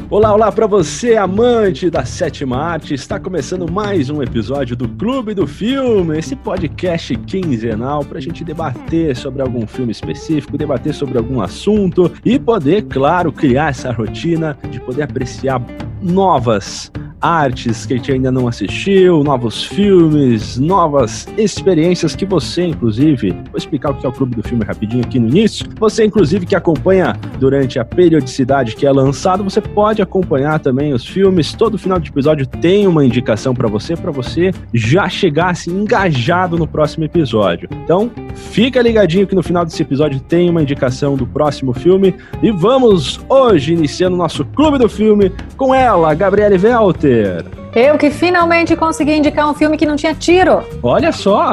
Olá, olá para você, amante da sétima arte. Está começando mais um episódio do Clube do Filme, esse podcast quinzenal para a gente debater sobre algum filme específico, debater sobre algum assunto e poder, claro, criar essa rotina de poder apreciar novas artes que a gente ainda não assistiu, novos filmes, novas experiências que você, inclusive, vou explicar o que é o Clube do Filme rapidinho aqui no início, você, inclusive, que acompanha durante a periodicidade que é lançado, você pode acompanhar também os filmes, todo final de episódio tem uma indicação para você já chegar assim, engajado no próximo episódio. Então, fica ligadinho que no final desse episódio tem uma indicação do próximo filme e vamos hoje iniciando o nosso Clube do Filme com ela, Gabriele Welter. Eu que finalmente consegui indicar um filme que não tinha tiro. Olha só!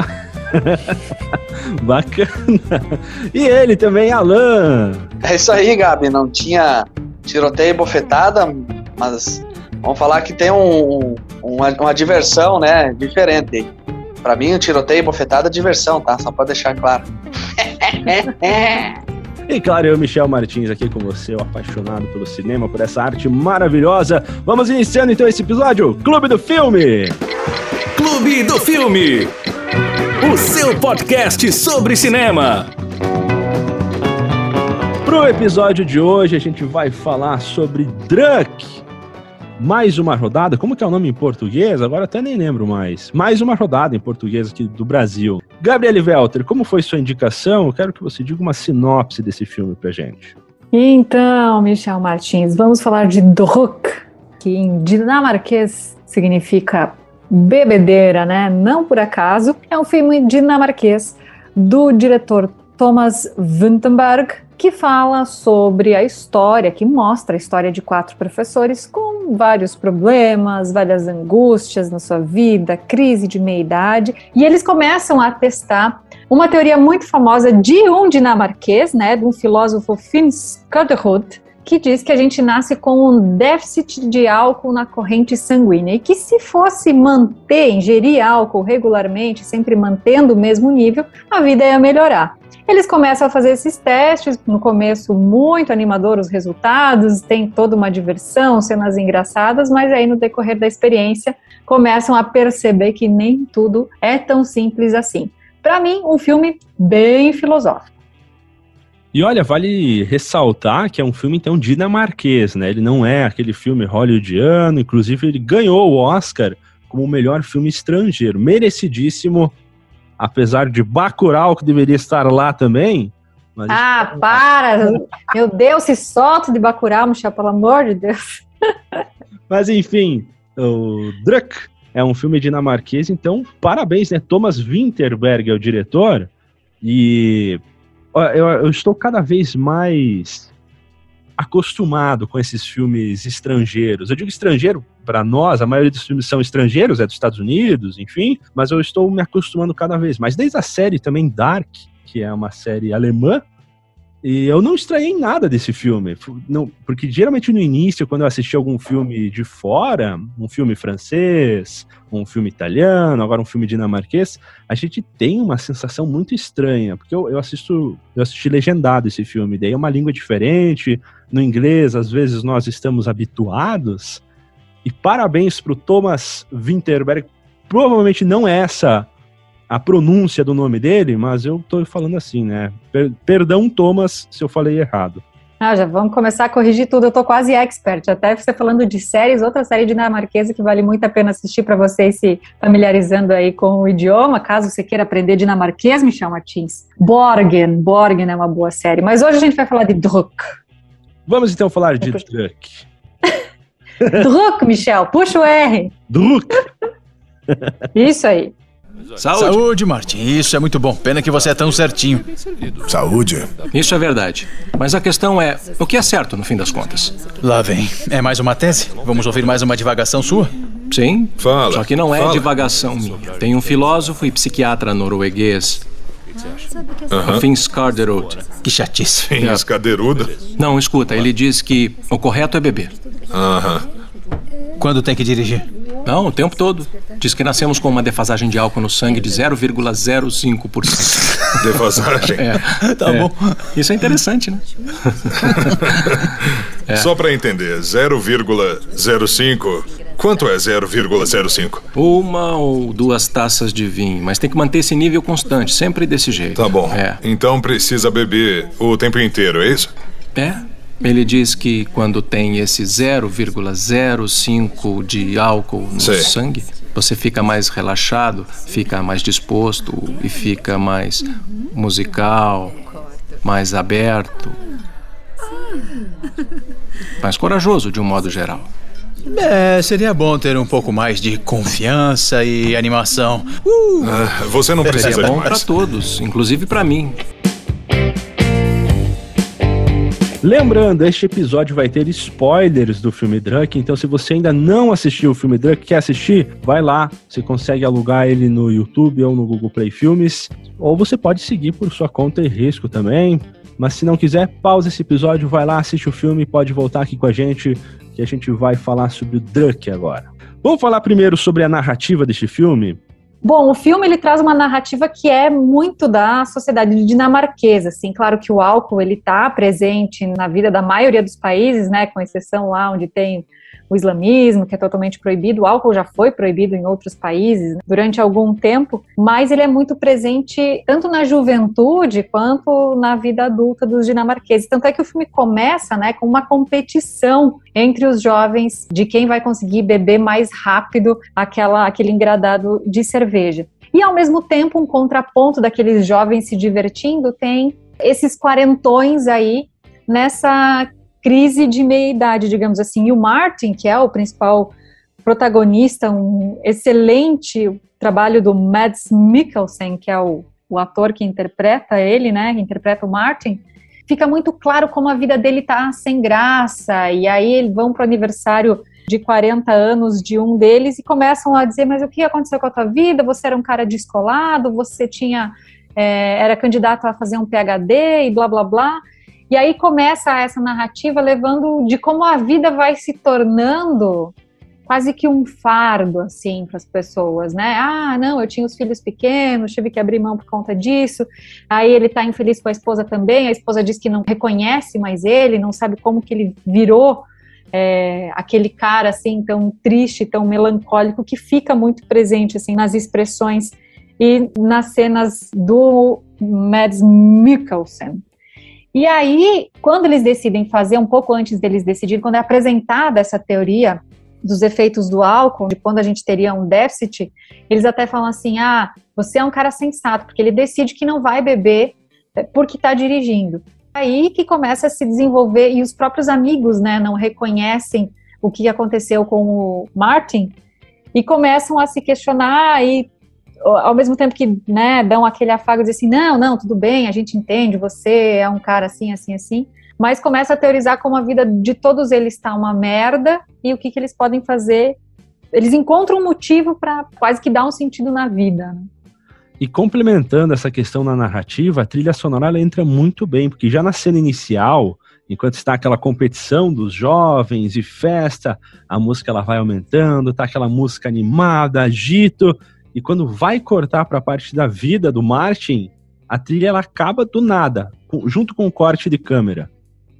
Bacana! E ele também, Alan. É isso aí, Gabi. Não tinha tiroteio e bofetada, mas vamos falar que tem uma diversão, né? Diferente. Pra mim, o tiroteio e bofetada é diversão, tá? Só pra deixar claro. E claro, eu, Michel Martins, aqui com você, o apaixonado pelo cinema, por essa arte maravilhosa. Vamos iniciando então esse episódio, Clube do Filme! Clube do Filme, o seu podcast sobre cinema. Pro episódio de hoje, a gente vai falar sobre Druk. Mais uma rodada, como que é o nome em português? Agora até nem lembro mais. Mais uma rodada em português aqui do Brasil. Gabriele Welter, como foi sua indicação? Eu quero que você diga uma sinopse desse filme pra gente. Então, Michel Martins, vamos falar de Druk, que em dinamarquês significa bebedeira, né? Não por acaso. É um filme dinamarquês do diretor Thomas Vinterberg, que fala sobre a história, que mostra a história de 4 professores com vários problemas, várias angústias na sua vida, crise de meia-idade, e eles começam a testar uma teoria muito famosa de um dinamarquês, né, de um filósofo Finn Skårderud, que diz que a gente nasce com um déficit de álcool na corrente sanguínea e que se fosse ingerir álcool regularmente, sempre mantendo o mesmo nível, a vida ia melhorar. Eles começam a fazer esses testes, no começo muito animador os resultados, tem toda uma diversão, cenas engraçadas, mas aí no decorrer da experiência começam a perceber que nem tudo é tão simples assim. Para mim, um filme bem filosófico. E olha, vale ressaltar que é um filme então dinamarquês, né? Ele não é aquele filme hollywoodiano, inclusive ele ganhou o Oscar como o melhor filme estrangeiro, merecidíssimo. Apesar de Bacurau, que deveria estar lá também. Mas para! Meu Deus, se solta de Bacurau, Michel, pelo amor de Deus. Mas enfim, o Druk é um filme dinamarquês, então parabéns, né? Thomas Vinterberg é o diretor. E eu estou cada vez mais acostumado com esses filmes estrangeiros. Eu digo estrangeiro para nós, a maioria dos filmes são estrangeiros, é dos Estados Unidos, enfim, mas eu estou me acostumando cada vez mais. Desde a série também Dark, que é uma série alemã, e eu não estranhei nada desse filme, não, porque geralmente no início, quando eu assisti algum filme de fora, um filme francês, um filme italiano, agora um filme dinamarquês, a gente tem uma sensação muito estranha, porque eu assisti legendado esse filme, daí é uma língua diferente, no inglês às vezes nós estamos habituados, e parabéns para o Thomas Vinterberg, provavelmente não é essa a pronúncia do nome dele, mas eu tô falando assim, né? Perdão, Thomas, se eu falei errado. Já vamos começar a corrigir tudo, eu tô quase expert, até você falando de séries, outra série dinamarquesa que vale muito a pena assistir para vocês se familiarizando aí com o idioma, caso você queira aprender dinamarquês, Michel Martins. Borgen é uma boa série, mas hoje a gente vai falar de Druk. Vamos então falar de Druk. Druk, Michel, puxa o R. Druk. Isso aí. Saúde, Martin. Isso é muito bom. Pena que você é tão certinho. Saúde. Isso é verdade. Mas a questão é, o que é certo no fim das contas? Lá vem. É mais uma tese? Vamos ouvir mais uma divagação sua? Sim. Fala. Só que não é divagação minha. Tem um filósofo e psiquiatra norueguês, Finn Skårderud. Que chatice. Finn Skårderud? Não, escuta, ele diz que o correto é beber. Quando tem que dirigir? Não, o tempo todo. Diz que nascemos com uma defasagem de álcool no sangue de 0,05%. Defasagem. Tá bom. Isso é interessante, né? Só pra entender, 0,05. Quanto é 0,05? 1 ou 2 taças de vinho, mas tem que manter esse nível constante, sempre desse jeito. Tá bom. Então precisa beber o tempo inteiro, é isso? Ele diz que quando tem esse 0,05 de álcool no sangue, você fica mais relaxado, fica mais disposto e fica mais musical, mais aberto, mais corajoso de um modo geral. Seria bom ter um pouco mais de confiança e animação. Você não precisa Seria bom de mais. para todos, inclusive para mim. Lembrando, este episódio vai ter spoilers do filme Druk, então se você ainda não assistiu o filme Druk, quer assistir, vai lá, você consegue alugar ele no YouTube ou no Google Play Filmes, ou você pode seguir por sua conta e risco também, mas se não quiser, pausa esse episódio, vai lá, assiste o filme e pode voltar aqui com a gente, que a gente vai falar sobre o Druk agora. Vamos falar primeiro sobre a narrativa deste filme? Bom, o filme ele traz uma narrativa que é muito da sociedade dinamarquesa, assim, claro que o álcool ele está presente na vida da maioria dos países, né, com exceção lá onde tem o islamismo, que é totalmente proibido. O álcool já foi proibido em outros países, né, durante algum tempo, mas ele é muito presente tanto na juventude quanto na vida adulta dos dinamarqueses. Tanto é que o filme começa, né, com uma competição entre os jovens de quem vai conseguir beber mais rápido aquele engradado de cerveja. E, ao mesmo tempo, um contraponto daqueles jovens se divertindo tem esses quarentões aí nessa crise de meia-idade, digamos assim. E o Martin, que é o principal protagonista, um excelente trabalho do Mads Mikkelsen, que é o ator que interpreta ele, né, que interpreta o Martin, fica muito claro como a vida dele tá sem graça, e aí eles vão pro aniversário de 40 anos de um deles e começam a dizer, mas o que aconteceu com a tua vida? Você era um cara descolado, você era candidato a fazer um PhD e blá blá blá. E aí começa essa narrativa levando de como a vida vai se tornando quase que um fardo, assim, para as pessoas, né? Não, eu tinha os filhos pequenos, tive que abrir mão por conta disso. Aí ele tá infeliz com a esposa também, a esposa diz que não reconhece mais ele, não sabe como que ele virou aquele cara, assim, tão triste, tão melancólico, que fica muito presente, assim, nas expressões e nas cenas do Mads Mikkelsen. E aí, quando eles decidem fazer, um pouco antes deles decidirem, quando é apresentada essa teoria dos efeitos do álcool, de quando a gente teria um déficit, eles até falam assim, você é um cara sensato, porque ele decide que não vai beber porque está dirigindo. Aí que começa a se desenvolver, e os próprios amigos, né, não reconhecem o que aconteceu com o Martin, e começam a se questionar, e ao mesmo tempo que, né, dão aquele afago de assim, não, tudo bem, a gente entende, você é um cara assim, assim, assim, mas começa a teorizar como a vida de todos eles está uma merda e o que eles podem fazer. Eles encontram um motivo para quase que dar um sentido na vida, né? E complementando essa questão na narrativa, a trilha sonora ela entra muito bem, porque já na cena inicial, enquanto está aquela competição dos jovens e festa, a música ela vai aumentando, tá aquela música animada, agito, e quando vai cortar para a parte da vida do Martin, a trilha ela acaba do nada, junto com o corte de câmera.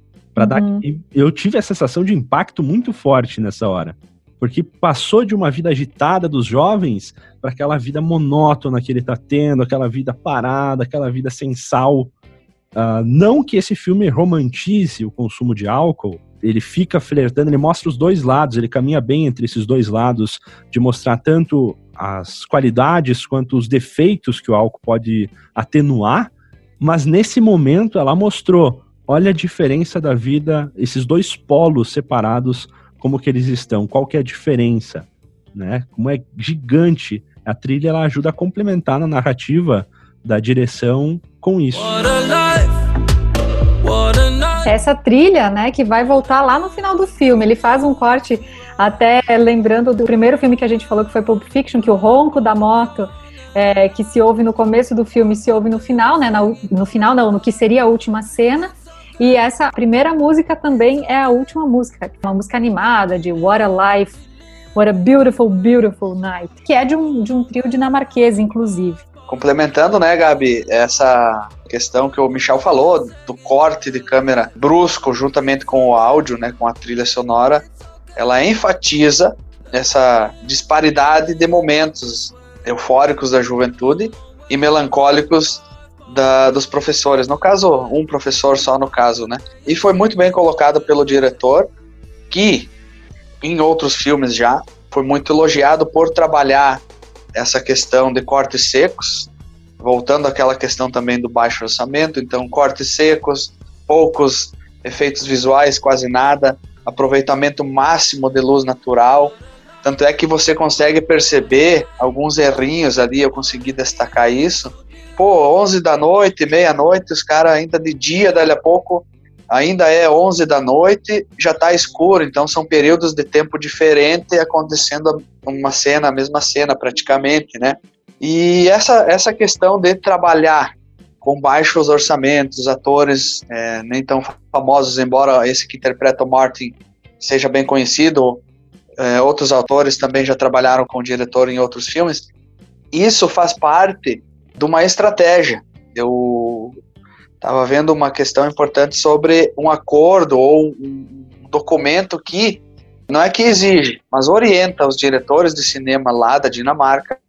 Eu tive a sensação de impacto muito forte nessa hora, porque passou de uma vida agitada dos jovens para aquela vida monótona que ele está tendo, aquela vida parada, aquela vida sem sal. Não que esse filme romantize o consumo de álcool, ele fica flertando, ele mostra os dois lados, ele caminha bem entre esses dois lados, de mostrar tanto as qualidades quanto os defeitos que o álcool pode atenuar, mas nesse momento ela mostrou, olha a diferença da vida, esses dois polos separados, como que eles estão, qual que é a diferença, né? Como é gigante. A trilha ela ajuda a complementar na narrativa da direção com isso. Essa trilha, né, que vai voltar lá no final do filme, ele faz um corte até lembrando do primeiro filme que a gente falou, que foi Pulp Fiction, que o ronco da moto que se ouve no começo do filme se ouve no final, né, no que seria a última cena. E essa primeira música também é a última música, uma música animada de What a Life, What a Beautiful, Beautiful Night, que é de um trio dinamarquês, inclusive. Complementando, né, Gabi, essa questão que o Michel falou, do corte de câmera brusco juntamente com o áudio, né, com a trilha sonora, ela enfatiza essa disparidade de momentos eufóricos da juventude e melancólicos dos professores. No caso, um professor só no caso, né? E foi muito bem colocado pelo diretor, que em outros filmes já foi muito elogiado por trabalhar essa questão de cortes secos, voltando àquela questão também do baixo orçamento. Então, cortes secos, poucos efeitos visuais, quase nada, aproveitamento máximo de luz natural. Tanto é que você consegue perceber alguns errinhos ali, eu consegui destacar isso. 11 da noite, meia-noite, os caras ainda de dia, dali a pouco, ainda é 11 da noite, já está escuro, então são períodos de tempo diferentes acontecendo uma cena, a mesma cena praticamente, né? E essa questão de trabalhar com baixos orçamentos, atores nem tão famosos, embora esse que interpreta o Martin seja bem conhecido, outros autores também já trabalharam com o diretor em outros filmes, isso faz parte de uma estratégia. Eu estava vendo uma questão importante sobre um acordo ou um documento que não é que exige, mas orienta os diretores de cinema lá da Dinamarca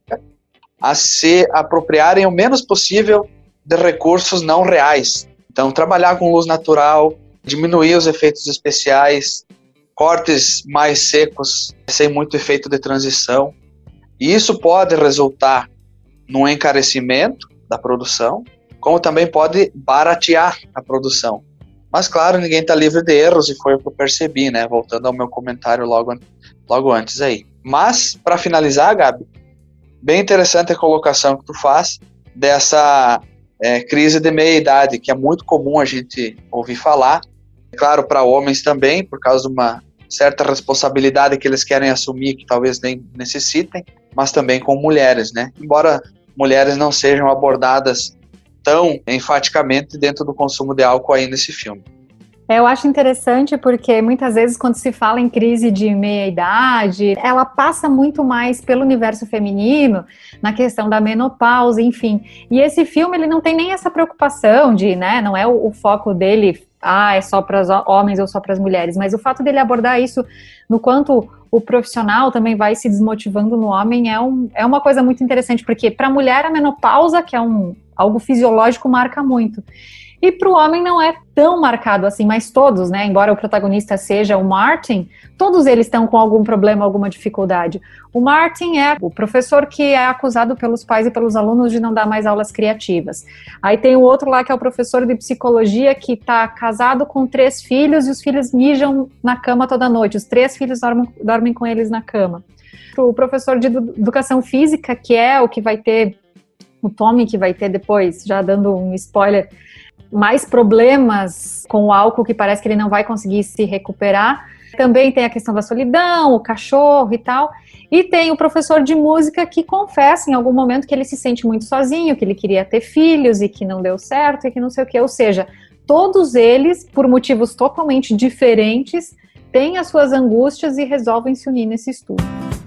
a se apropriarem o menos possível de recursos não reais. Então, trabalhar com luz natural, diminuir os efeitos especiais, cortes mais secos, sem muito efeito de transição. E isso pode resultar num encarecimento da produção, como também pode baratear a produção. Mas, claro, ninguém está livre de erros, e foi o que eu percebi, né? Voltando ao meu comentário logo antes aí. Mas, para finalizar, Gabi, bem interessante a colocação que tu faz dessa crise de meia-idade, que é muito comum a gente ouvir falar. Claro, para homens também, por causa de uma certa responsabilidade que eles querem assumir, que talvez nem necessitem, mas também com mulheres, né? Embora mulheres não sejam abordadas tão enfaticamente dentro do consumo de álcool aí nesse filme. Eu acho interessante porque muitas vezes quando se fala em crise de meia-idade, ela passa muito mais pelo universo feminino, na questão da menopausa, enfim. E esse filme, ele não tem nem essa preocupação de, né, não é o foco dele, é só para os homens ou só para as mulheres, mas o fato dele abordar isso no quanto o profissional também vai se desmotivando no homem é uma coisa muito interessante, porque para a mulher a menopausa, que é algo fisiológico, marca muito. E para o homem não é tão marcado assim, mas todos, né, embora o protagonista seja o Martin, todos eles estão com algum problema, alguma dificuldade. O Martin é o professor que é acusado pelos pais e pelos alunos de não dar mais aulas criativas. Aí tem o outro lá que é o professor de psicologia que está casado com 3 filhos e os filhos mijam na cama toda noite. Os 3 filhos dormem com eles na cama. O professor de educação física, que é o que vai ter, o Tommy que vai ter depois, já dando um spoiler, mais problemas com o álcool, que parece que ele não vai conseguir se recuperar. Também tem a questão da solidão, o cachorro e tal. E tem o professor de música que confessa em algum momento que ele se sente muito sozinho, que ele queria ter filhos e que não deu certo e que não sei o quê. Ou seja, todos eles, por motivos totalmente diferentes, têm as suas angústias e resolvem se unir nesse estudo.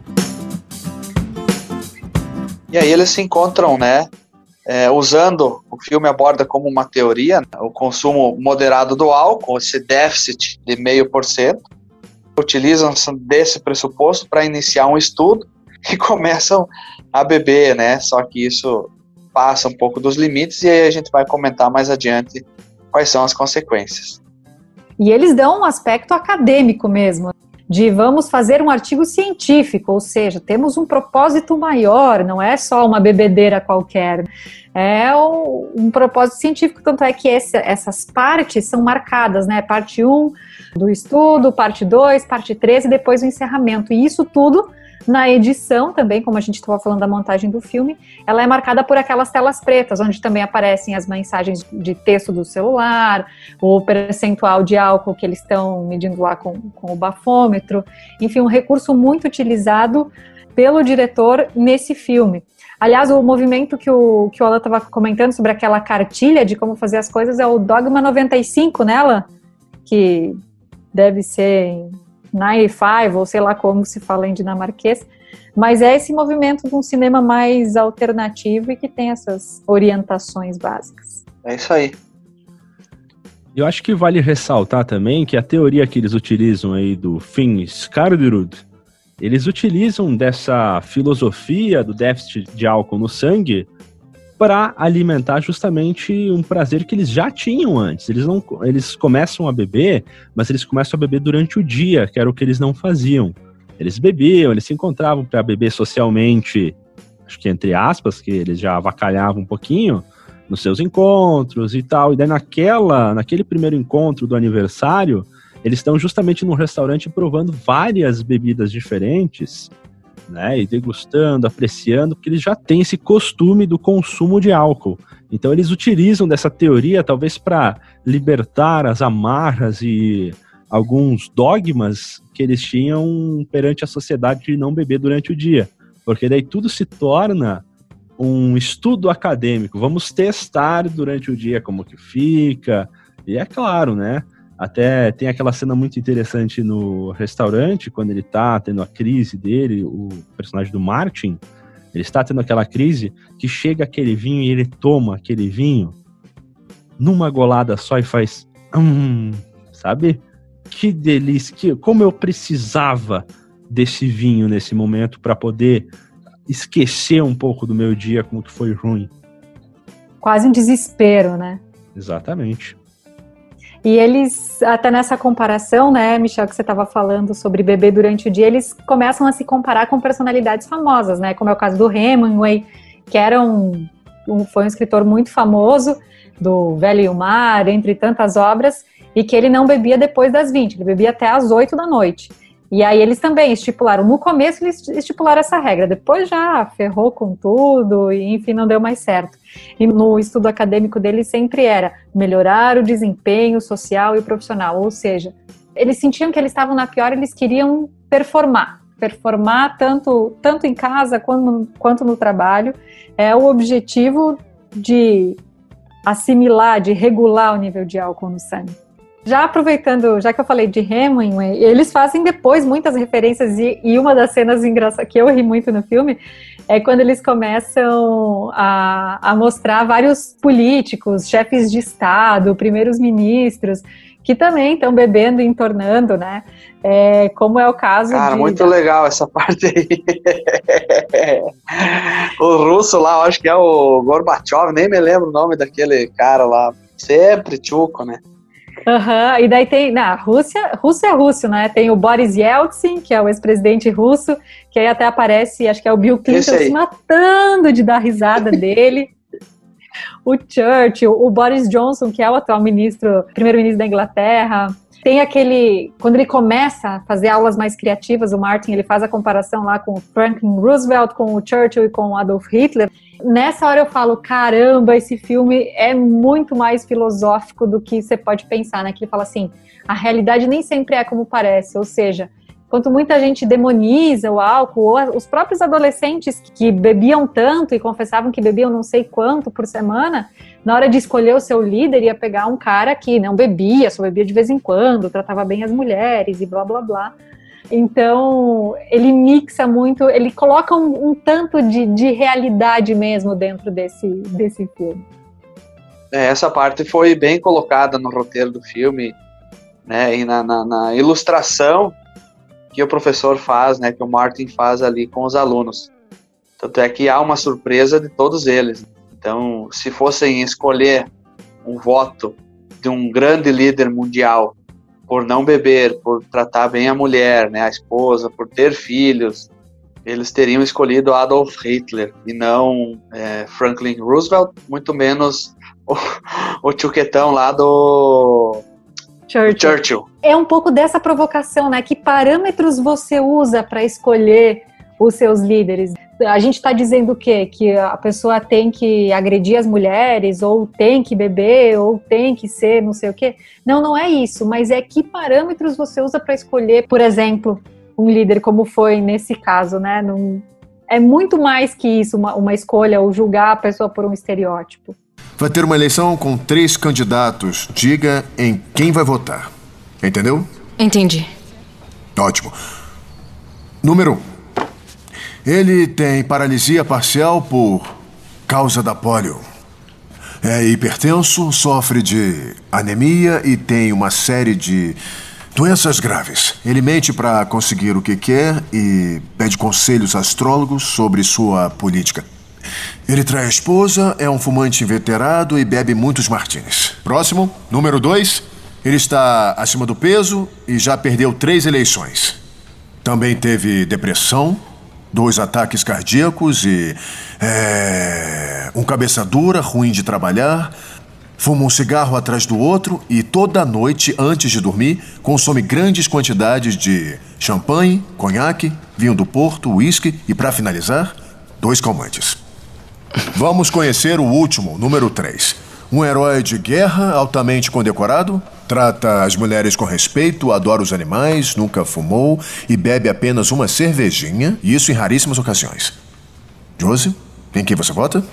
E aí eles se encontram, né? Usando, o filme aborda como uma teoria, o consumo moderado do álcool, esse déficit de 0,5%, utilizam-se desse pressuposto para iniciar um estudo e começam a beber, né? Só que isso passa um pouco dos limites e aí a gente vai comentar mais adiante quais são as consequências. E eles dão um aspecto acadêmico mesmo, de vamos fazer um artigo científico, ou seja, temos um propósito maior, não é só uma bebedeira qualquer, é um propósito científico, tanto é que essas partes são marcadas, né, parte 1 do estudo, parte 2, parte 3 e depois o encerramento, e isso tudo na edição também, como a gente estava falando da montagem do filme, ela é marcada por aquelas telas pretas, onde também aparecem as mensagens de texto do celular, o percentual de álcool que eles estão medindo lá com o bafômetro, enfim, um recurso muito utilizado pelo diretor nesse filme. Aliás, o movimento que o Alan estava comentando sobre aquela cartilha de como fazer as coisas é o Dogma 95 nela, que deve ser 95, ou sei lá como se fala em dinamarquês, Mas é esse movimento de um cinema mais alternativo e que tem essas orientações básicas. É isso aí. Eu acho que vale ressaltar também que a teoria que eles utilizam aí do Finn Skarderud, eles utilizam dessa filosofia do déficit de álcool no sangue para alimentar justamente um prazer que eles já tinham antes. Eles começam a beber, mas eles começam a beber durante o dia, que era o que eles não faziam. Eles bebiam, eles se encontravam para beber socialmente, acho que entre aspas, que eles já avacalhavam um pouquinho nos seus encontros e tal. E daí naquele primeiro encontro do aniversário, eles estão justamente num restaurante provando várias bebidas diferentes, né, e degustando, apreciando, porque eles já têm esse costume do consumo de álcool. Então eles utilizam dessa teoria talvez para libertar as amarras e alguns dogmas que eles tinham perante a sociedade de não beber durante o dia, porque daí tudo se torna um estudo acadêmico. Vamos testar durante o dia como que fica, e é claro, né, até tem aquela cena muito interessante no restaurante, quando ele tá tendo a crise dele, o personagem do Martin, ele está tendo aquela crise, que chega aquele vinho e ele toma aquele vinho numa golada só e faz... sabe? Que delícia, como eu precisava desse vinho nesse momento para poder esquecer um pouco do meu dia, como que foi ruim. Quase um desespero, né? Exatamente. E eles, até nessa comparação, né, Michel, que você estava falando sobre beber durante o dia, eles começam a se comparar com personalidades famosas, né, como é o caso do Hemingway, que era foi um escritor muito famoso, do Velho e o Mar, entre tantas obras, e que ele não bebia depois das 20, ele bebia até às 8 da noite. E aí eles também estipularam, no começo eles estipularam essa regra, depois já ferrou com tudo, e enfim, não deu mais certo. E no estudo acadêmico dele sempre era melhorar o desempenho social e profissional, ou seja, eles sentiam que eles estavam na pior, eles queriam performar tanto em casa quanto no trabalho, é o objetivo de assimilar, de regular o nível de álcool no sangue. Já aproveitando, já que eu falei de Hemingway, eles fazem depois muitas referências e uma das cenas engraçadas, que eu ri muito no filme, é quando eles começam a mostrar vários políticos, chefes de Estado, primeiros ministros, que também estão bebendo e entornando, né? Como é o caso muito legal essa parte aí. O russo lá, eu acho que é o Gorbachev, nem me lembro o nome daquele cara lá, sempre tchuco, né? E daí tem, na Rússia é russo, né? Tem o Boris Yeltsin, que é o ex-presidente russo, que aí até aparece, acho que é o Bill Clinton se matando de dar risada dele. O Churchill, o Boris Johnson, que é o atual primeiro-ministro da Inglaterra. Tem aquele, quando ele começa a fazer aulas mais criativas, o Martin, ele faz a comparação lá com o Franklin Roosevelt, com o Churchill e com o Adolf Hitler. Nessa hora eu falo, caramba, esse filme é muito mais filosófico do que você pode pensar, né? Que ele fala assim, a realidade nem sempre é como parece, ou seja, enquanto muita gente demoniza o álcool, ou os próprios adolescentes que bebiam tanto e confessavam que bebiam não sei quanto por semana, na hora de escolher o seu líder, ia pegar um cara que não bebia, só bebia de vez em quando, tratava bem as mulheres e blá, blá, blá. Então, ele mixa muito, ele coloca um tanto de realidade mesmo dentro desse filme. Essa parte foi bem colocada no roteiro do filme, né, e na ilustração que o professor faz, né, que o Martin faz ali com os alunos. Tanto é que há uma surpresa de todos eles. Então, se fossem escolher um voto de um grande líder mundial por não beber, por tratar bem a mulher, né, a esposa, por ter filhos, eles teriam escolhido Adolf Hitler e não Franklin Roosevelt, muito menos o tchuquetão lá do Churchill. É um pouco dessa provocação, né? Que parâmetros você usa para escolher os seus líderes? A gente está dizendo o quê? Que a pessoa tem que agredir as mulheres, ou tem que beber, ou tem que ser não sei o quê? Não é isso, mas é que parâmetros você usa para escolher, por exemplo, um líder, como foi nesse caso, né? É muito mais que isso, uma escolha, ou julgar a pessoa por um estereótipo. Vai ter uma eleição com 3 candidatos. Diga em quem vai votar. Entendeu? Entendi. Ótimo. Número 1. Ele tem paralisia parcial por causa da polio. É hipertenso, sofre de anemia e tem uma série de doenças graves. Ele mente para conseguir o que quer e pede conselhos a astrólogos sobre sua política. Ele trai a esposa, é um fumante inveterado e bebe muitos martinis. Próximo, número 2. Ele está acima do peso e já perdeu 3 eleições. Também teve depressão, 2 ataques cardíacos e um cabeça dura, ruim de trabalhar. Fuma um cigarro atrás do outro e toda noite, antes de dormir, consome grandes quantidades de champanhe, conhaque, vinho do Porto, uísque e, para finalizar, 2 calmantes. Vamos conhecer o último, número 3. Um herói de guerra altamente condecorado, trata as mulheres com respeito, adora os animais, nunca fumou e bebe apenas uma cervejinha, e isso em raríssimas ocasiões. Josie, em quem você vota?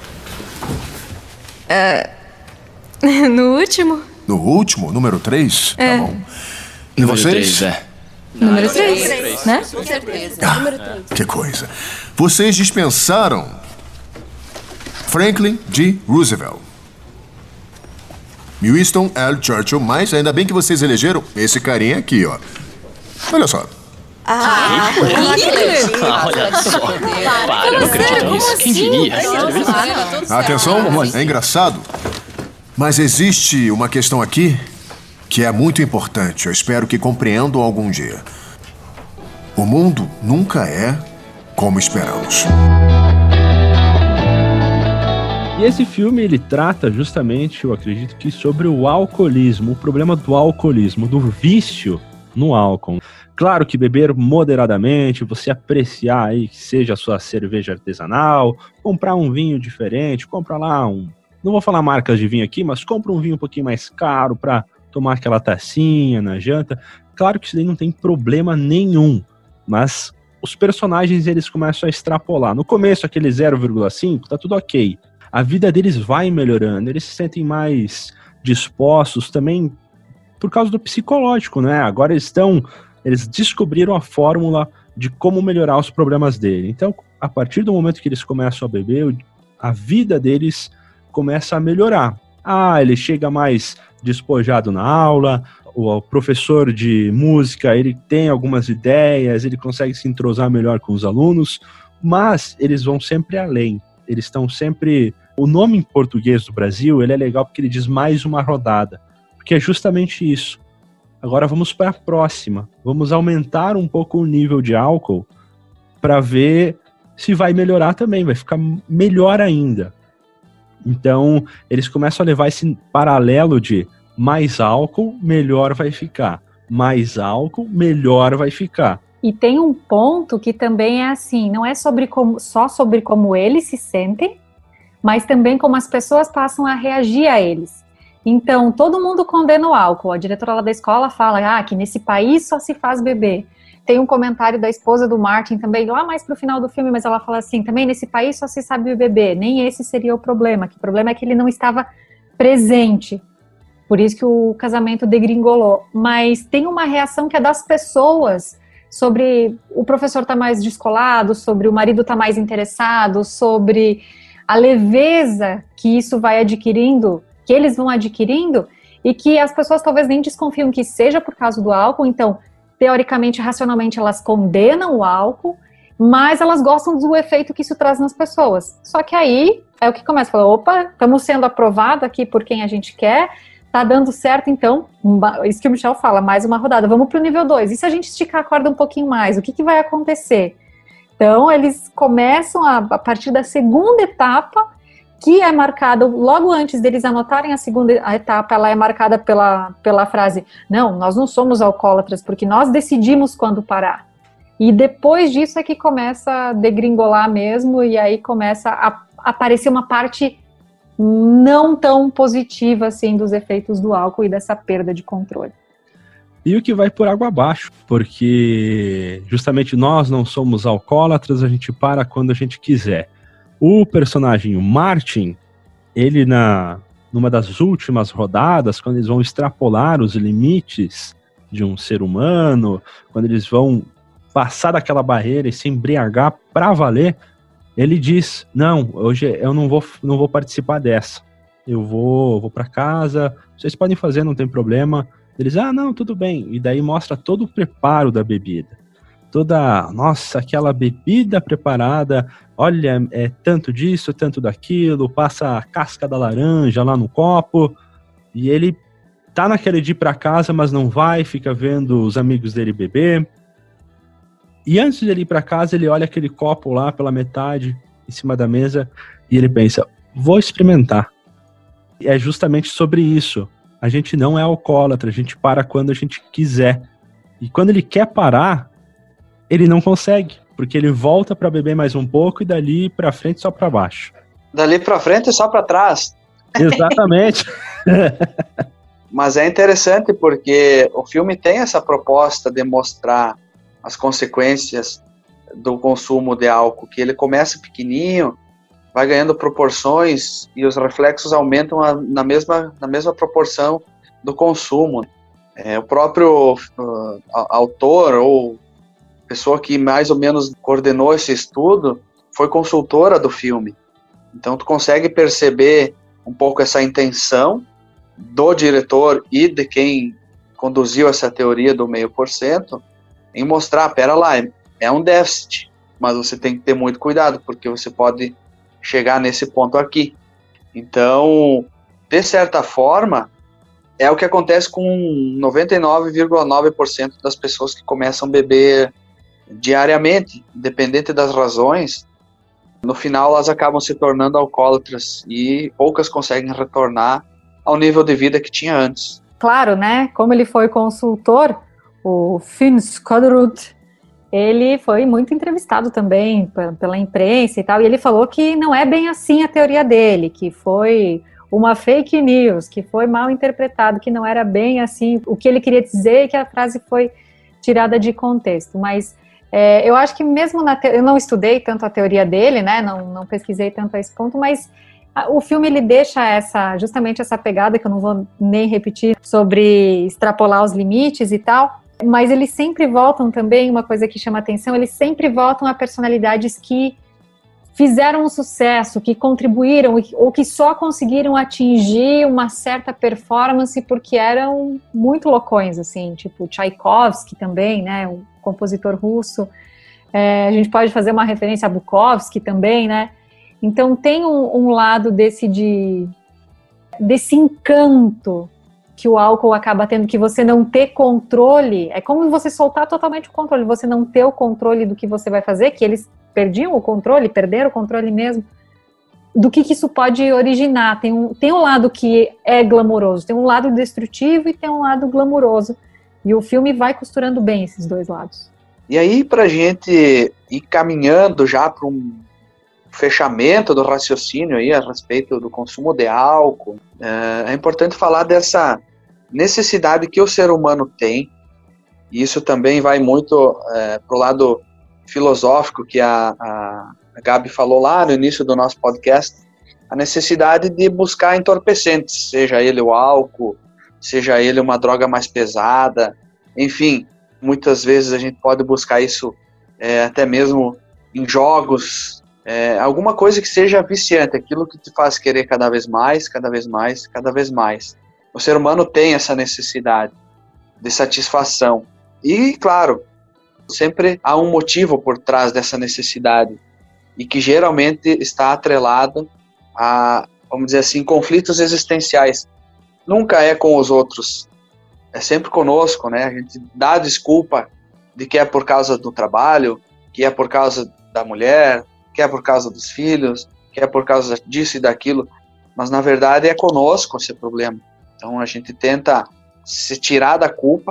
No último? No último, número 3? Tá bom. E Número vocês? 3, Número 3, né? Com certeza. Que coisa. Vocês dispensaram Franklin D. Roosevelt, Winston L. Churchill, mas ainda bem que vocês elegeram esse carinha aqui, ó. Olha só. Olha só. Para, eu não acredito nisso. Quem diria? Atenção, é engraçado. Mas existe uma questão aqui que é muito importante. Eu espero que compreendam algum dia. O mundo nunca é como esperamos. E esse filme, ele trata justamente, eu acredito que sobre o alcoolismo, o problema do alcoolismo, do vício no álcool. Claro que beber moderadamente, você apreciar aí que seja a sua cerveja artesanal, comprar um vinho diferente, compra lá não vou falar marcas de vinho aqui, mas compra um vinho um pouquinho mais caro para tomar aquela tacinha na janta. Claro que isso daí não tem problema nenhum, mas os personagens, eles começam a extrapolar. No começo, aquele 0,5, tá tudo ok. A vida deles vai melhorando, eles se sentem mais dispostos também por causa do psicológico, né? Agora eles descobriram a fórmula de como melhorar os problemas dele. Então, a partir do momento que eles começam a beber, a vida deles começa a melhorar. Ele chega mais despojado na aula, o professor de música, ele tem algumas ideias, ele consegue se entrosar melhor com os alunos, mas eles vão sempre além. Eles estão sempre... O nome em português do Brasil, ele é legal porque ele diz mais uma rodada, porque é justamente isso. Agora vamos para a próxima. Vamos aumentar um pouco o nível de álcool para ver se vai melhorar também, vai ficar melhor ainda. Então, eles começam a levar esse paralelo de mais álcool, melhor vai ficar. Mais álcool, melhor vai ficar. E tem um ponto que também é assim, não é só sobre como eles se sentem, mas também como as pessoas passam a reagir a eles. Então, todo mundo condena o álcool. A diretora lá da escola fala que nesse país só se faz beber. Tem um comentário da esposa do Martin também, lá mais pro final do filme, mas ela fala assim, também nesse país só se sabe beber. Nem esse seria o problema, que o problema é que ele não estava presente. Por isso que o casamento degringolou. Mas tem uma reação que é das pessoas sobre o professor estar mais descolado, sobre o marido estar mais interessado, sobre a leveza que isso vai adquirindo, que eles vão adquirindo, e que as pessoas talvez nem desconfiam que seja por causa do álcool. Então, teoricamente, racionalmente, elas condenam o álcool, mas elas gostam do efeito que isso traz nas pessoas. Só que aí é o que começa a falar, opa, estamos sendo aprovados aqui por quem a gente quer, tá dando certo, então, isso que o Michel fala, mais uma rodada, vamos pro nível 2. E se a gente esticar a corda um pouquinho mais, o que vai acontecer? Então, eles começam a partir da segunda etapa, que é marcada, logo antes deles anotarem a segunda etapa, ela é marcada pela frase, não, nós não somos alcoólatras, porque nós decidimos quando parar. E depois disso é que começa a degringolar mesmo, e aí começa a aparecer uma parte não tão positiva assim dos efeitos do álcool e dessa perda de controle. E o que vai por água abaixo, porque justamente nós não somos alcoólatras, a gente para quando a gente quiser. O personagem, o Martin, ele numa das últimas rodadas, quando eles vão extrapolar os limites de um ser humano, quando eles vão passar daquela barreira e se embriagar pra valer, ele diz, não, hoje eu não vou participar dessa. Eu vou para casa, vocês podem fazer, não tem problema. Eles, não, tudo bem. E daí mostra todo o preparo da bebida. Nossa, aquela bebida preparada, olha, é tanto disso, tanto daquilo, passa a casca da laranja lá no copo, e ele tá naquele de ir pra casa, mas não vai, fica vendo os amigos dele beber. E antes de ele ir pra casa, ele olha aquele copo lá pela metade, em cima da mesa, e ele pensa, vou experimentar. E é justamente sobre isso. A gente não é alcoólatra, a gente para quando a gente quiser. E quando ele quer parar, ele não consegue, porque ele volta para beber mais um pouco e dali para frente só para baixo. Dali para frente só para trás. Exatamente. Mas é interessante porque o filme tem essa proposta de mostrar as consequências do consumo de álcool, que ele começa pequenininho, vai ganhando proporções e os reflexos aumentam na mesma proporção do consumo. O próprio autor ou pessoa que mais ou menos coordenou esse estudo foi consultora do filme. Então tu consegue perceber um pouco essa intenção do diretor e de quem conduziu essa teoria do 0,5% em mostrar, pera lá, é um déficit, mas você tem que ter muito cuidado, porque você pode chegar nesse ponto aqui. Então, de certa forma, é o que acontece com 99,9% das pessoas que começam a beber diariamente, independente das razões. No final elas acabam se tornando alcoólatras e poucas conseguem retornar ao nível de vida que tinha antes. Claro, né? Como ele foi consultor, o Finn Skårderud, ele foi muito entrevistado também pela imprensa e tal, e ele falou que não é bem assim a teoria dele, que foi uma fake news, que foi mal interpretado, que não era bem assim o que ele queria dizer e que a frase foi tirada de contexto. Mas eu acho que mesmo eu não estudei tanto a teoria dele, né, não pesquisei tanto a esse ponto, mas o filme ele deixa justamente essa pegada, que eu não vou nem repetir, sobre extrapolar os limites e tal, mas eles sempre voltam também, uma coisa que chama atenção, eles sempre voltam a personalidades que fizeram um sucesso, que contribuíram ou que só conseguiram atingir uma certa performance porque eram muito loucões, assim, tipo Tchaikovsky também, né, um compositor russo. A gente pode fazer uma referência a Bukowski também, né? Então tem um lado desse encanto que o álcool acaba tendo, que você não ter controle, é como você soltar totalmente o controle, você não ter o controle do que você vai fazer, que eles perderam o controle mesmo, do que isso pode originar. Tem um lado que é glamouroso, tem um lado destrutivo e tem um lado glamouroso, e o filme vai costurando bem esses dois lados. E aí, pra gente ir caminhando já para um fechamento do raciocínio aí a respeito do consumo de álcool, é importante falar dessa necessidade que o ser humano tem, e isso também vai muito pro lado filosófico que a Gabi falou lá no início do nosso podcast, a necessidade de buscar entorpecentes, seja ele o álcool, seja ele uma droga mais pesada, enfim, muitas vezes a gente pode buscar isso até mesmo em jogos, alguma coisa que seja viciante, aquilo que te faz querer cada vez mais, cada vez mais, cada vez mais. O ser humano tem essa necessidade de satisfação. E, claro, sempre há um motivo por trás dessa necessidade e que geralmente está atrelado a, vamos dizer assim, conflitos existenciais. Nunca é com os outros, é sempre conosco, né? A gente dá a desculpa de que é por causa do trabalho, que é por causa da mulher, que é por causa dos filhos, que é por causa disso e daquilo, mas na verdade é conosco esse problema. Então a gente tenta se tirar da culpa,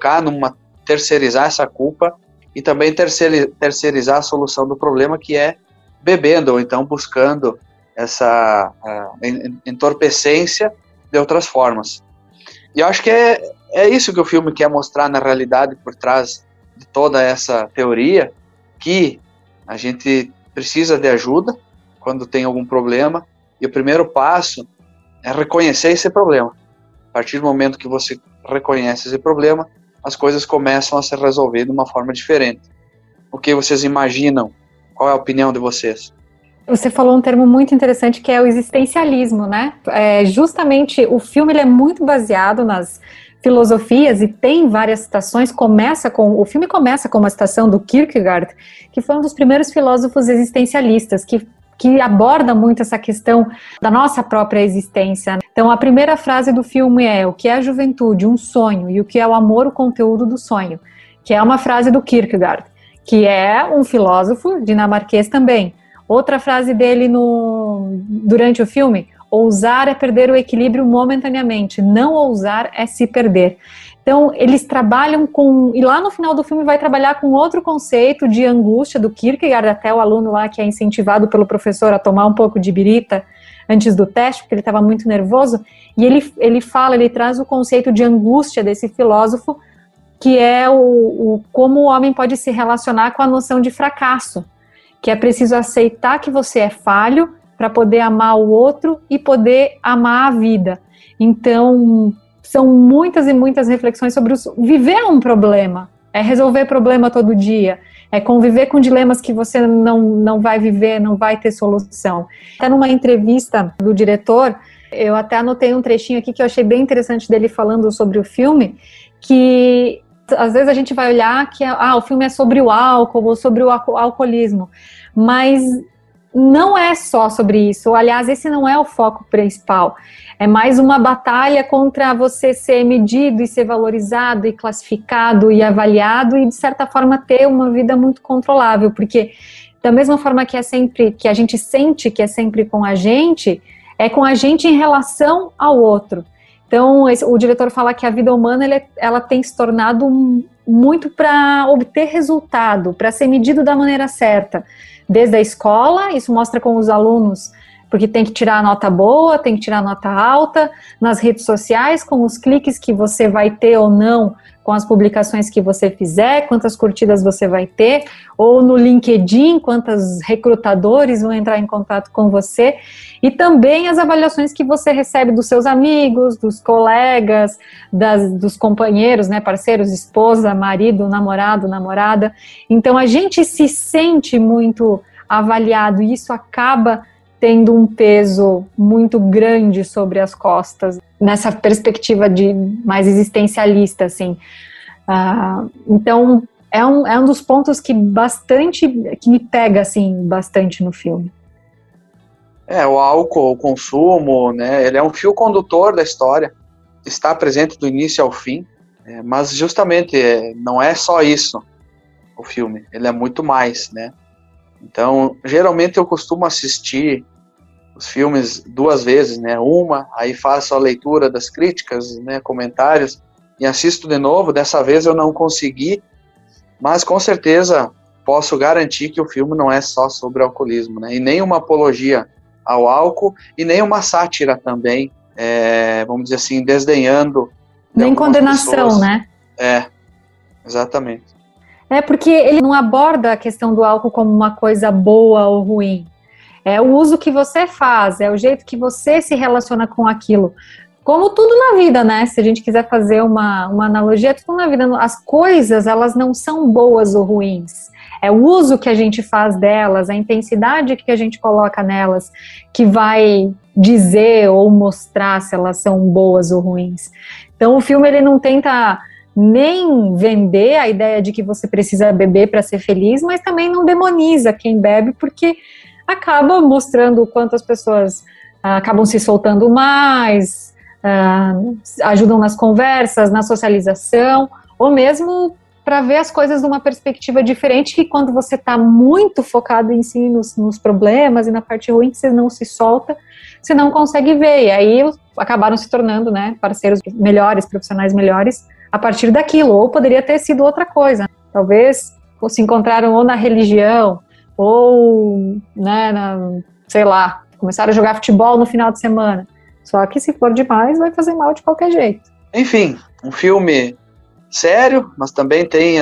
terceirizar essa culpa e também terceirizar a solução do problema, que é bebendo ou então buscando essa entorpecência de outras formas. E eu acho que é isso que o filme quer mostrar na realidade por trás de toda essa teoria, que a gente precisa de ajuda quando tem algum problema, e o primeiro passo é reconhecer esse problema. A partir do momento que você reconhece esse problema, as coisas começam a se resolver de uma forma diferente. O que vocês imaginam? Qual é a opinião de vocês? Você falou um termo muito interessante que é o existencialismo, né? Justamente o filme ele é muito baseado nas filosofias e tem várias citações. O filme começa com uma citação do Kierkegaard, que foi um dos primeiros filósofos existencialistas, que aborda muito essa questão da nossa própria existência. Então, a primeira frase do filme é: o que é a juventude? Um sonho. E o que é o amor? O conteúdo do sonho. Que é uma frase do Kierkegaard, que é um filósofo dinamarquês também. Outra frase dele durante o filme: ousar é perder o equilíbrio momentaneamente, não ousar é se perder. Então, eles trabalham e lá no final do filme vai trabalhar com outro conceito de angústia do Kierkegaard, até o aluno lá que é incentivado pelo professor a tomar um pouco de birita antes do teste, porque ele estava muito nervoso, e ele traz o conceito de angústia desse filósofo, que é como o homem pode se relacionar com a noção de fracasso, que é preciso aceitar que você é falho para poder amar o outro e poder amar a vida. Então, são muitas e muitas reflexões sobre viver um problema, é resolver problema todo dia, é conviver com dilemas que você não vai viver, não vai ter solução. Até numa entrevista do diretor, eu até anotei um trechinho aqui que eu achei bem interessante dele falando sobre o filme, que às vezes a gente vai olhar que o filme é sobre o álcool ou sobre o alcoolismo, mas não é só sobre isso. Aliás, esse não é o foco principal. É mais uma batalha contra você ser medido e ser valorizado e classificado e avaliado e, de certa forma, ter uma vida muito controlável, porque da mesma forma que a gente sente que é sempre com a gente, é com a gente em relação ao outro. Então, o diretor fala que a vida humana ela tem se tornado muito para obter resultado, para ser medido da maneira certa. Desde a escola, isso mostra com os alunos, porque tem que tirar a nota boa, tem que tirar a nota alta, nas redes sociais, com os cliques que você vai ter ou não, com as publicações que você fizer, quantas curtidas você vai ter, ou no LinkedIn, quantos recrutadores vão entrar em contato com você, e também as avaliações que você recebe dos seus amigos, dos colegas, dos companheiros, né, parceiros, esposa, marido, namorado, namorada. Então a gente se sente muito avaliado e isso acaba tendo um peso muito grande sobre as costas, nessa perspectiva de mais existencialista, assim. Então, é um dos pontos que me pega, assim, bastante no filme. O álcool, o consumo, né, ele é um fio condutor da história, está presente do início ao fim, mas justamente não é só isso o filme, ele é muito mais, né. Então, geralmente eu costumo assistir os filmes 2 vezes, né? Aí faço a leitura das críticas, né, comentários, e assisto de novo. Dessa vez eu não consegui, mas com certeza posso garantir que o filme não é só sobre alcoolismo, né? E nem uma apologia ao álcool, e nem uma sátira também, vamos dizer assim, desdenhando. Nem condenação, pessoas, né? Exatamente. Porque ele não aborda a questão do álcool como uma coisa boa ou ruim. É o uso que você faz, é o jeito que você se relaciona com aquilo. Como tudo na vida, né? Se a gente quiser fazer uma analogia, tudo na vida. As coisas, elas não são boas ou ruins. É o uso que a gente faz delas, a intensidade que a gente coloca nelas, que vai dizer ou mostrar se elas são boas ou ruins. Então, o filme, ele não tenta nem vender a ideia de que você precisa beber para ser feliz, mas também não demoniza quem bebe, porque acaba mostrando o quanto as pessoas acabam se soltando mais, ajudam nas conversas, na socialização, ou mesmo para ver as coisas de uma perspectiva diferente, que quando você está muito focado em si, nos problemas e na parte ruim, que você não se solta, você não consegue ver, e aí acabaram se tornando, né, parceiros melhores, profissionais melhores, a partir daquilo, ou poderia ter sido outra coisa, talvez se encontraram ou na religião, ou, né, sei lá, começaram a jogar futebol no final de semana. Só que se for demais, vai fazer mal de qualquer jeito. Enfim, um filme sério, mas também tem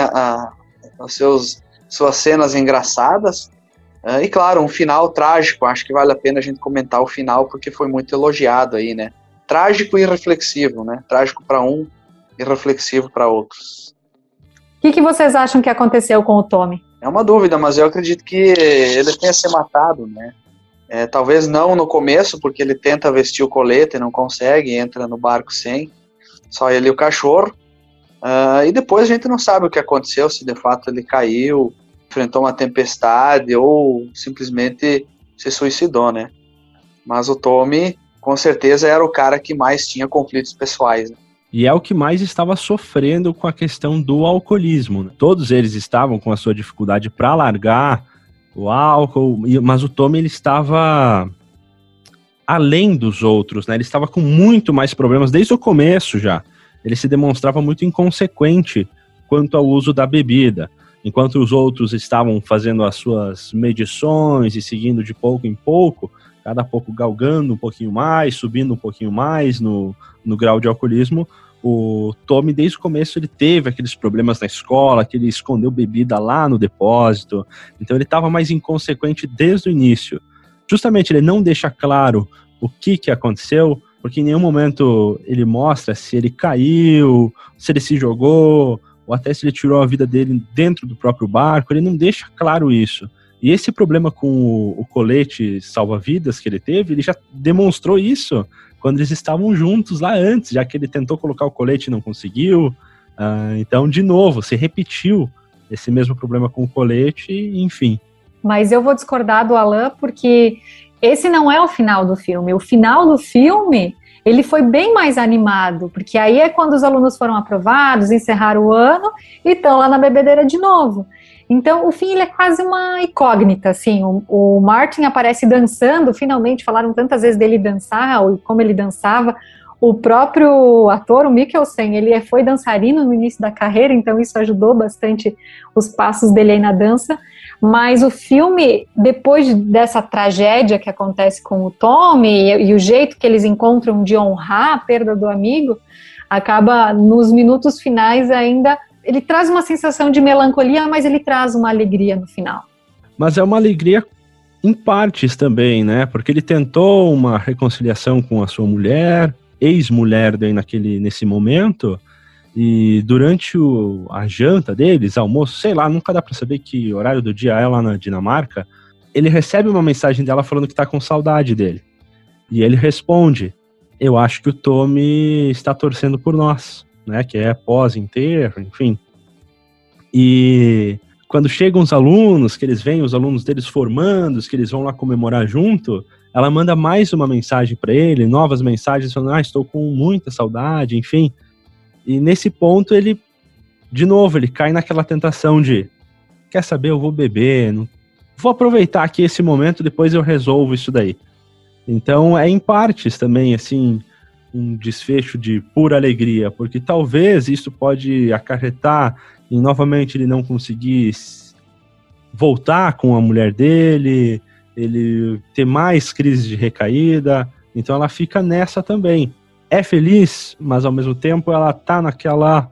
suas cenas engraçadas. E claro, um final trágico. Acho que vale a pena a gente comentar o final, porque foi muito elogiado aí, né? Trágico e reflexivo, né? Trágico para um e reflexivo para outros. O que vocês acham que aconteceu com o Tommy? É uma dúvida, mas eu acredito que ele tenha se matado, né? Talvez não no começo, porque ele tenta vestir o colete e não consegue, entra no barco sem, só ele e o cachorro. E depois a gente não sabe o que aconteceu, se de fato ele caiu, enfrentou uma tempestade ou simplesmente se suicidou, né? Mas o Tommy, com certeza, era o cara que mais tinha conflitos pessoais, né? E é o que mais estava sofrendo com a questão do alcoolismo, né? Todos eles estavam com a sua dificuldade para largar o álcool, mas o Tommy, ele estava além dos outros, né? Ele estava com muito mais problemas desde o começo já. Ele se demonstrava muito inconsequente quanto ao uso da bebida. Enquanto os outros estavam fazendo as suas medições e seguindo de pouco em pouco, cada pouco galgando um pouquinho mais, subindo um pouquinho mais no grau de alcoolismo, o Tommy, desde o começo, ele teve aqueles problemas na escola, que ele escondeu bebida lá no depósito, então ele estava mais inconsequente desde o início. Justamente ele não deixa claro o que aconteceu, porque em nenhum momento ele mostra se ele caiu, se ele se jogou, ou até se ele tirou a vida dele dentro do próprio barco, ele não deixa claro isso. E esse problema com o colete salva-vidas que ele teve, ele já demonstrou isso quando eles estavam juntos lá antes, já que ele tentou colocar o colete e não conseguiu. Então, de novo, se repetiu esse mesmo problema com o colete, enfim. Mas eu vou discordar do Alan, porque esse não é o final do filme. O final do filme, ele foi bem mais animado, porque aí é quando os alunos foram aprovados, encerraram o ano e estão lá na bebedeira de novo. Então, o fim, ele é quase uma incógnita, assim, o Martin aparece dançando, finalmente, falaram tantas vezes dele dançar, ou como ele dançava, o próprio ator, o Mikkelsen, ele foi dançarino no início da carreira, então isso ajudou bastante os passos dele aí na dança, mas o filme, depois dessa tragédia que acontece com o Tommy, e o jeito que eles encontram de honrar a perda do amigo, acaba, nos minutos finais ainda, ele traz uma sensação de melancolia, mas ele traz uma alegria no final. Mas é uma alegria em partes também, né? Porque ele tentou uma reconciliação com a sua mulher, ex-mulher nesse momento, e durante a janta deles, almoço, sei lá, nunca dá pra saber que horário do dia é lá na Dinamarca, ele recebe uma mensagem dela falando que tá com saudade dele. E ele responde: eu acho que o Tommy está torcendo por nós, né, que é pós-enterro, enfim. E quando chegam os alunos, que eles veem os alunos deles formandos, que eles vão lá comemorar junto, ela manda mais uma mensagem para ele, novas mensagens, falando: estou com muita saudade, enfim. E nesse ponto ele, de novo, ele cai naquela tentação de: quer saber, eu vou beber, vou aproveitar aqui esse momento, depois eu resolvo isso daí. Então é em partes também, assim, um desfecho de pura alegria, porque talvez isso pode acarretar em novamente ele não conseguir voltar com a mulher dele, ele ter mais crises de recaída, então ela fica nessa também. É feliz, mas ao mesmo tempo ela tá naquela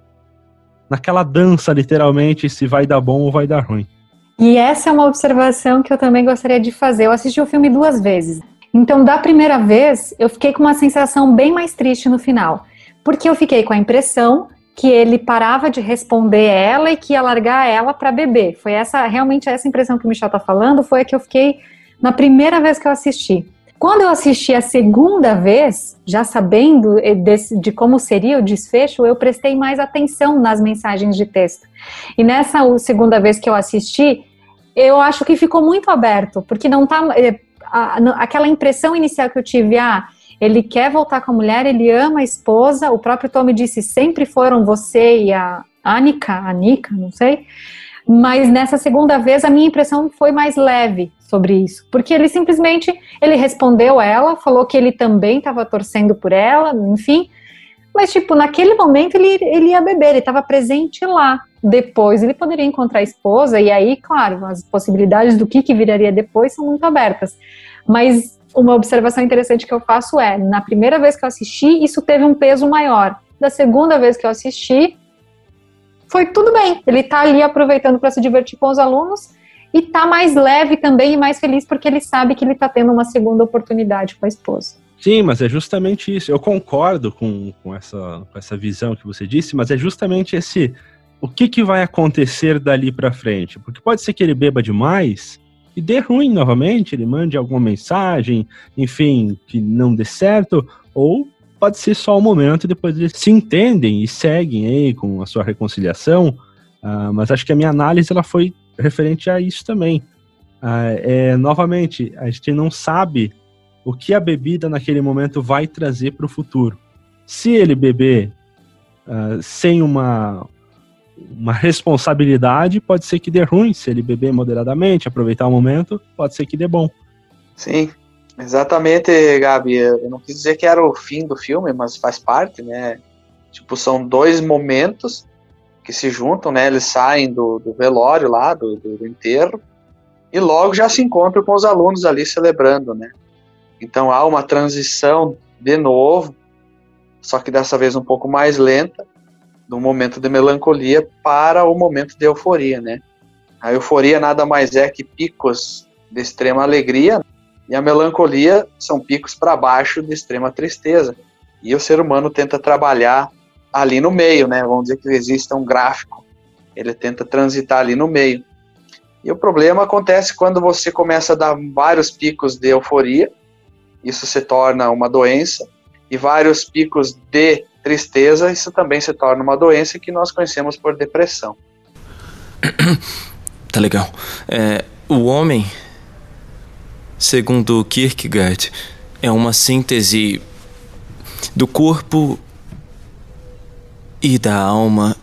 dança, literalmente, se vai dar bom ou vai dar ruim. E essa é uma observação que eu também gostaria de fazer. Eu assisti o filme 2 vezes. Então, da primeira vez, eu fiquei com uma sensação bem mais triste no final. Porque eu fiquei com a impressão que ele parava de responder ela e que ia largar ela para beber. Foi realmente essa impressão que o Michel tá falando, foi a que eu fiquei na primeira vez que eu assisti. Quando eu assisti a segunda vez, já sabendo de como seria o desfecho, eu prestei mais atenção nas mensagens de texto. E nessa segunda vez que eu assisti, eu acho que ficou muito aberto, porque não tá... aquela impressão inicial que eu tive, ele quer voltar com a mulher, ele ama a esposa, o próprio Tommy disse: sempre foram você e a Anika, não sei, mas nessa segunda vez a minha impressão foi mais leve sobre isso, porque ele simplesmente, ele respondeu ela, falou que ele também estava torcendo por ela, enfim, mas tipo, naquele momento ele ia beber, ele estava presente lá. Depois ele poderia encontrar a esposa, e aí, claro, as possibilidades do que viraria depois são muito abertas. Mas uma observação interessante que eu faço é, na primeira vez que eu assisti, isso teve um peso maior. Da segunda vez que eu assisti, foi tudo bem. Ele tá ali aproveitando para se divertir com os alunos e tá mais leve também e mais feliz porque ele sabe que ele tá tendo uma segunda oportunidade com a esposa. Sim, mas é justamente isso. Eu concordo com essa visão que você disse, mas é justamente o que vai acontecer dali pra frente? Porque pode ser que ele beba demais e dê ruim novamente, ele mande alguma mensagem, enfim, que não dê certo, ou pode ser só um momento e depois eles se entendem e seguem aí com a sua reconciliação, mas acho que a minha análise ela foi referente a isso também. Novamente, a gente não sabe o que a bebida naquele momento vai trazer para o futuro. Se ele beber sem uma responsabilidade, pode ser que dê ruim. Se ele beber moderadamente, aproveitar o momento, pode ser que dê bom. Sim, exatamente, Gabi. Eu não quis dizer que era o fim do filme, mas faz parte, né? Tipo, são dois momentos que se juntam, né? Eles saem do velório lá, do enterro, e logo já se encontram com os alunos ali celebrando, né? Então há uma transição de novo, só que dessa vez um pouco mais lenta, do momento de melancolia para o momento de euforia, né? A euforia nada mais é que picos de extrema alegria, e a melancolia são picos para baixo de extrema tristeza. E o ser humano tenta trabalhar ali no meio, né? Vamos dizer que existe um gráfico. Ele tenta transitar ali no meio. E o problema acontece quando você começa a dar vários picos de euforia, isso se torna uma doença, e vários picos de tristeza, isso também se torna uma doença que nós conhecemos por depressão. Tá legal. O homem, segundo Kierkegaard, é uma síntese do corpo e da alma.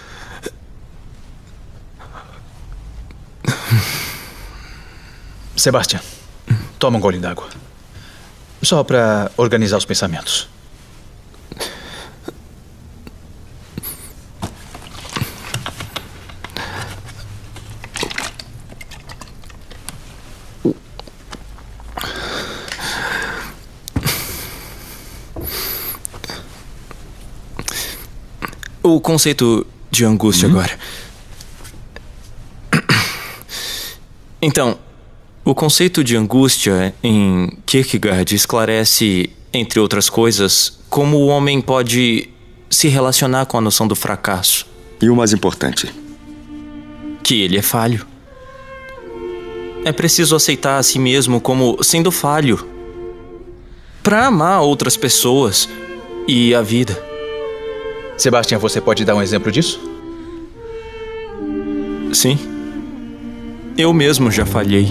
Sebastian, toma um gole d'água. Só para organizar os pensamentos. O conceito de angústia agora. Então, o conceito de angústia em Kierkegaard esclarece, entre outras coisas, como o homem pode se relacionar com a noção do fracasso. E o mais importante? Que ele é falho. É preciso aceitar a si mesmo como sendo falho para amar outras pessoas e a vida. Sebastian, você pode dar um exemplo disso? Sim. Eu mesmo já falhei.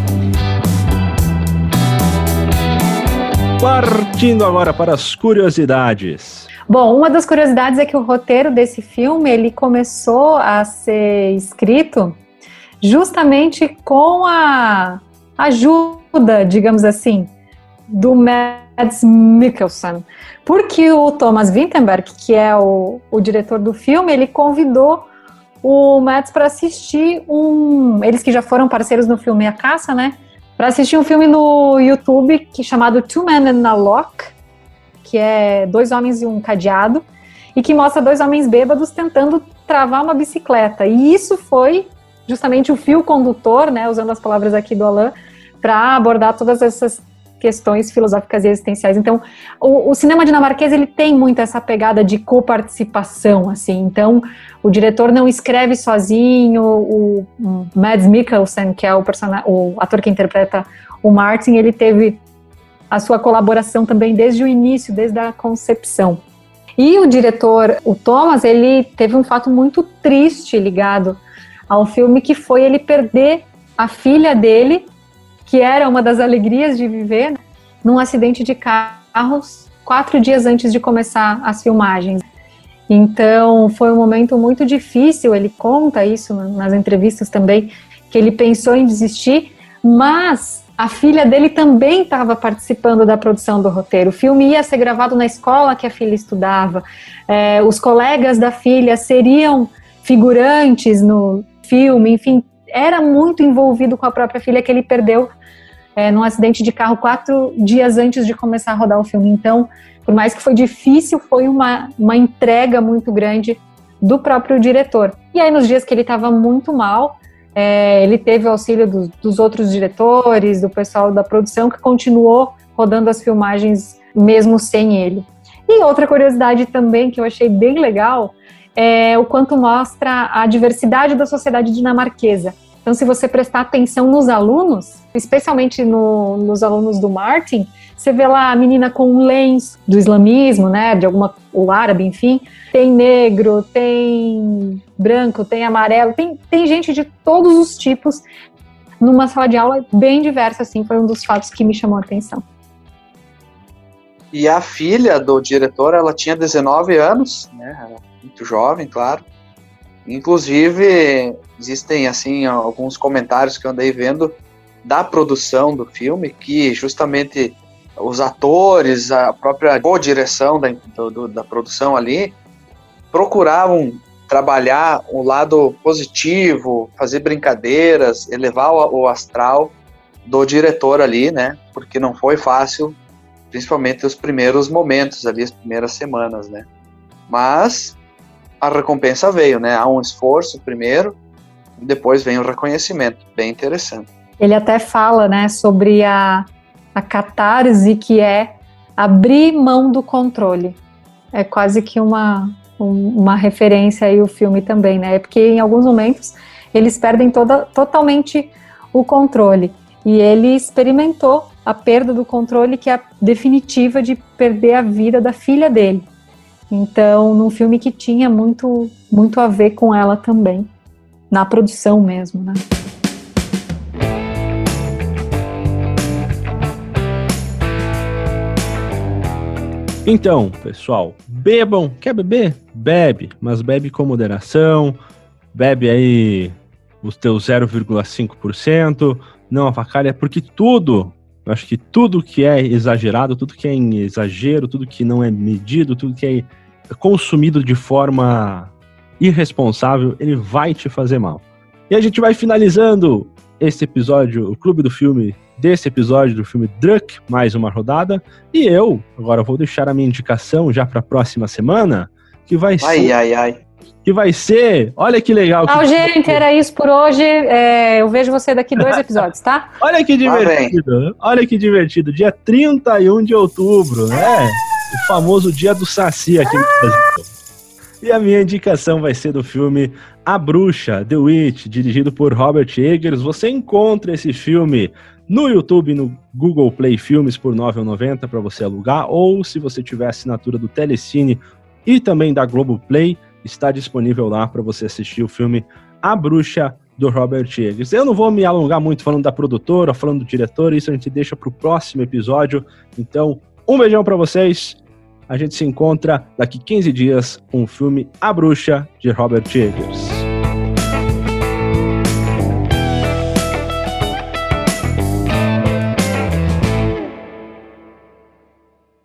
Partindo agora para as curiosidades. Bom, uma das curiosidades é que o roteiro desse filme, ele começou a ser escrito justamente com a ajuda, digamos assim, do Mads Mikkelsen. Porque o Thomas Vinterberg, que é o diretor do filme, ele convidou o Mads para assistir eles que já foram parceiros no filme A Caça, né? Para assistir um filme no YouTube chamado Two Men and a Lock, que é 2 homens e um cadeado, e que mostra 2 homens bêbados tentando travar uma bicicleta. E isso foi justamente o fio condutor, né, usando as palavras aqui do Alain, para abordar todas essas questões filosóficas e existenciais. Então, o cinema dinamarquês, ele tem muito essa pegada de coparticipação, assim. Então, o diretor não escreve sozinho, o Mads Mikkelsen, que é o ator que interpreta o Martin, ele teve a sua colaboração também desde o início, desde a concepção. E o diretor, o Thomas, ele teve um fato muito triste ligado ao filme, que foi ele perder a filha dele, que era uma das alegrias de viver, num acidente de carros 4 dias antes de começar as filmagens. Então, foi um momento muito difícil, ele conta isso nas entrevistas também, que ele pensou em desistir, mas a filha dele também estava participando da produção do roteiro. O filme ia ser gravado na escola que a filha estudava, os colegas da filha seriam figurantes no filme, enfim, era muito envolvido com a própria filha, que ele perdeu num acidente de carro 4 dias antes de começar a rodar o filme. Então, por mais que foi difícil, foi uma entrega muito grande do próprio diretor. E aí, nos dias que ele estava muito mal, ele teve o auxílio dos outros diretores, do pessoal da produção, que continuou rodando as filmagens mesmo sem ele. E outra curiosidade também que eu achei bem legal o quanto mostra a diversidade da sociedade dinamarquesa. Então, se você prestar atenção nos alunos, especialmente nos alunos do Martin, você vê lá a menina com um lenço do islamismo, né, o árabe, enfim. Tem negro, tem branco, tem amarelo, tem gente de todos os tipos numa sala de aula bem diversa, assim, foi um dos fatos que me chamou a atenção. E a filha do diretor, ela tinha 19 anos, né, muito jovem, claro. Inclusive, existem, assim, alguns comentários que eu andei vendo da produção do filme, que justamente os atores, a própria co-direção da produção ali, procuravam trabalhar o lado positivo, fazer brincadeiras, elevar o astral do diretor ali, né? Porque não foi fácil, principalmente os primeiros momentos ali, as primeiras semanas, né? Mas a recompensa veio, né? Há um esforço primeiro, e depois vem o reconhecimento. Bem interessante. Ele até fala, né, sobre a catarse que é abrir mão do controle. É quase que uma referência aí o filme também, né? Porque em alguns momentos eles perdem totalmente o controle. E ele experimentou a perda do controle, que é a definitiva de perder a vida da filha dele. Então, num filme que tinha muito, muito a ver com ela também, na produção mesmo, né? Então, pessoal, bebam. Quer beber? Bebe, mas bebe com moderação. Bebe aí os teus 0,5%. Não avacalha, porque eu acho que tudo que é exagerado, tudo que é em exagero, tudo que não é medido, tudo que é consumido de forma irresponsável, ele vai te fazer mal. E a gente vai finalizando esse episódio, o Clube do Filme, desse episódio do filme Druck, mais uma rodada. E eu, agora vou deixar a minha indicação já para a próxima semana, que vai ser... Que vai ser... Olha que legal. Gente, era isso por hoje. Eu vejo você daqui 2 episódios, tá? Olha que divertido. Olha que divertido. Dia 31 de outubro, né? O famoso dia do Saci aqui no Brasil. E a minha indicação vai ser do filme A Bruxa, The Witch, dirigido por Robert Eggers. Você encontra esse filme no YouTube, no Google Play Filmes, por R$ 9,90 para você alugar, ou se você tiver assinatura do Telecine e também da Globoplay, está disponível lá para você assistir o filme A Bruxa, do Robert Eggers. Eu não vou me alongar muito falando da produtora, falando do diretor, isso a gente deixa para o próximo episódio. Então, um beijão para vocês. A gente se encontra daqui 15 dias com o filme A Bruxa, de Robert Eggers.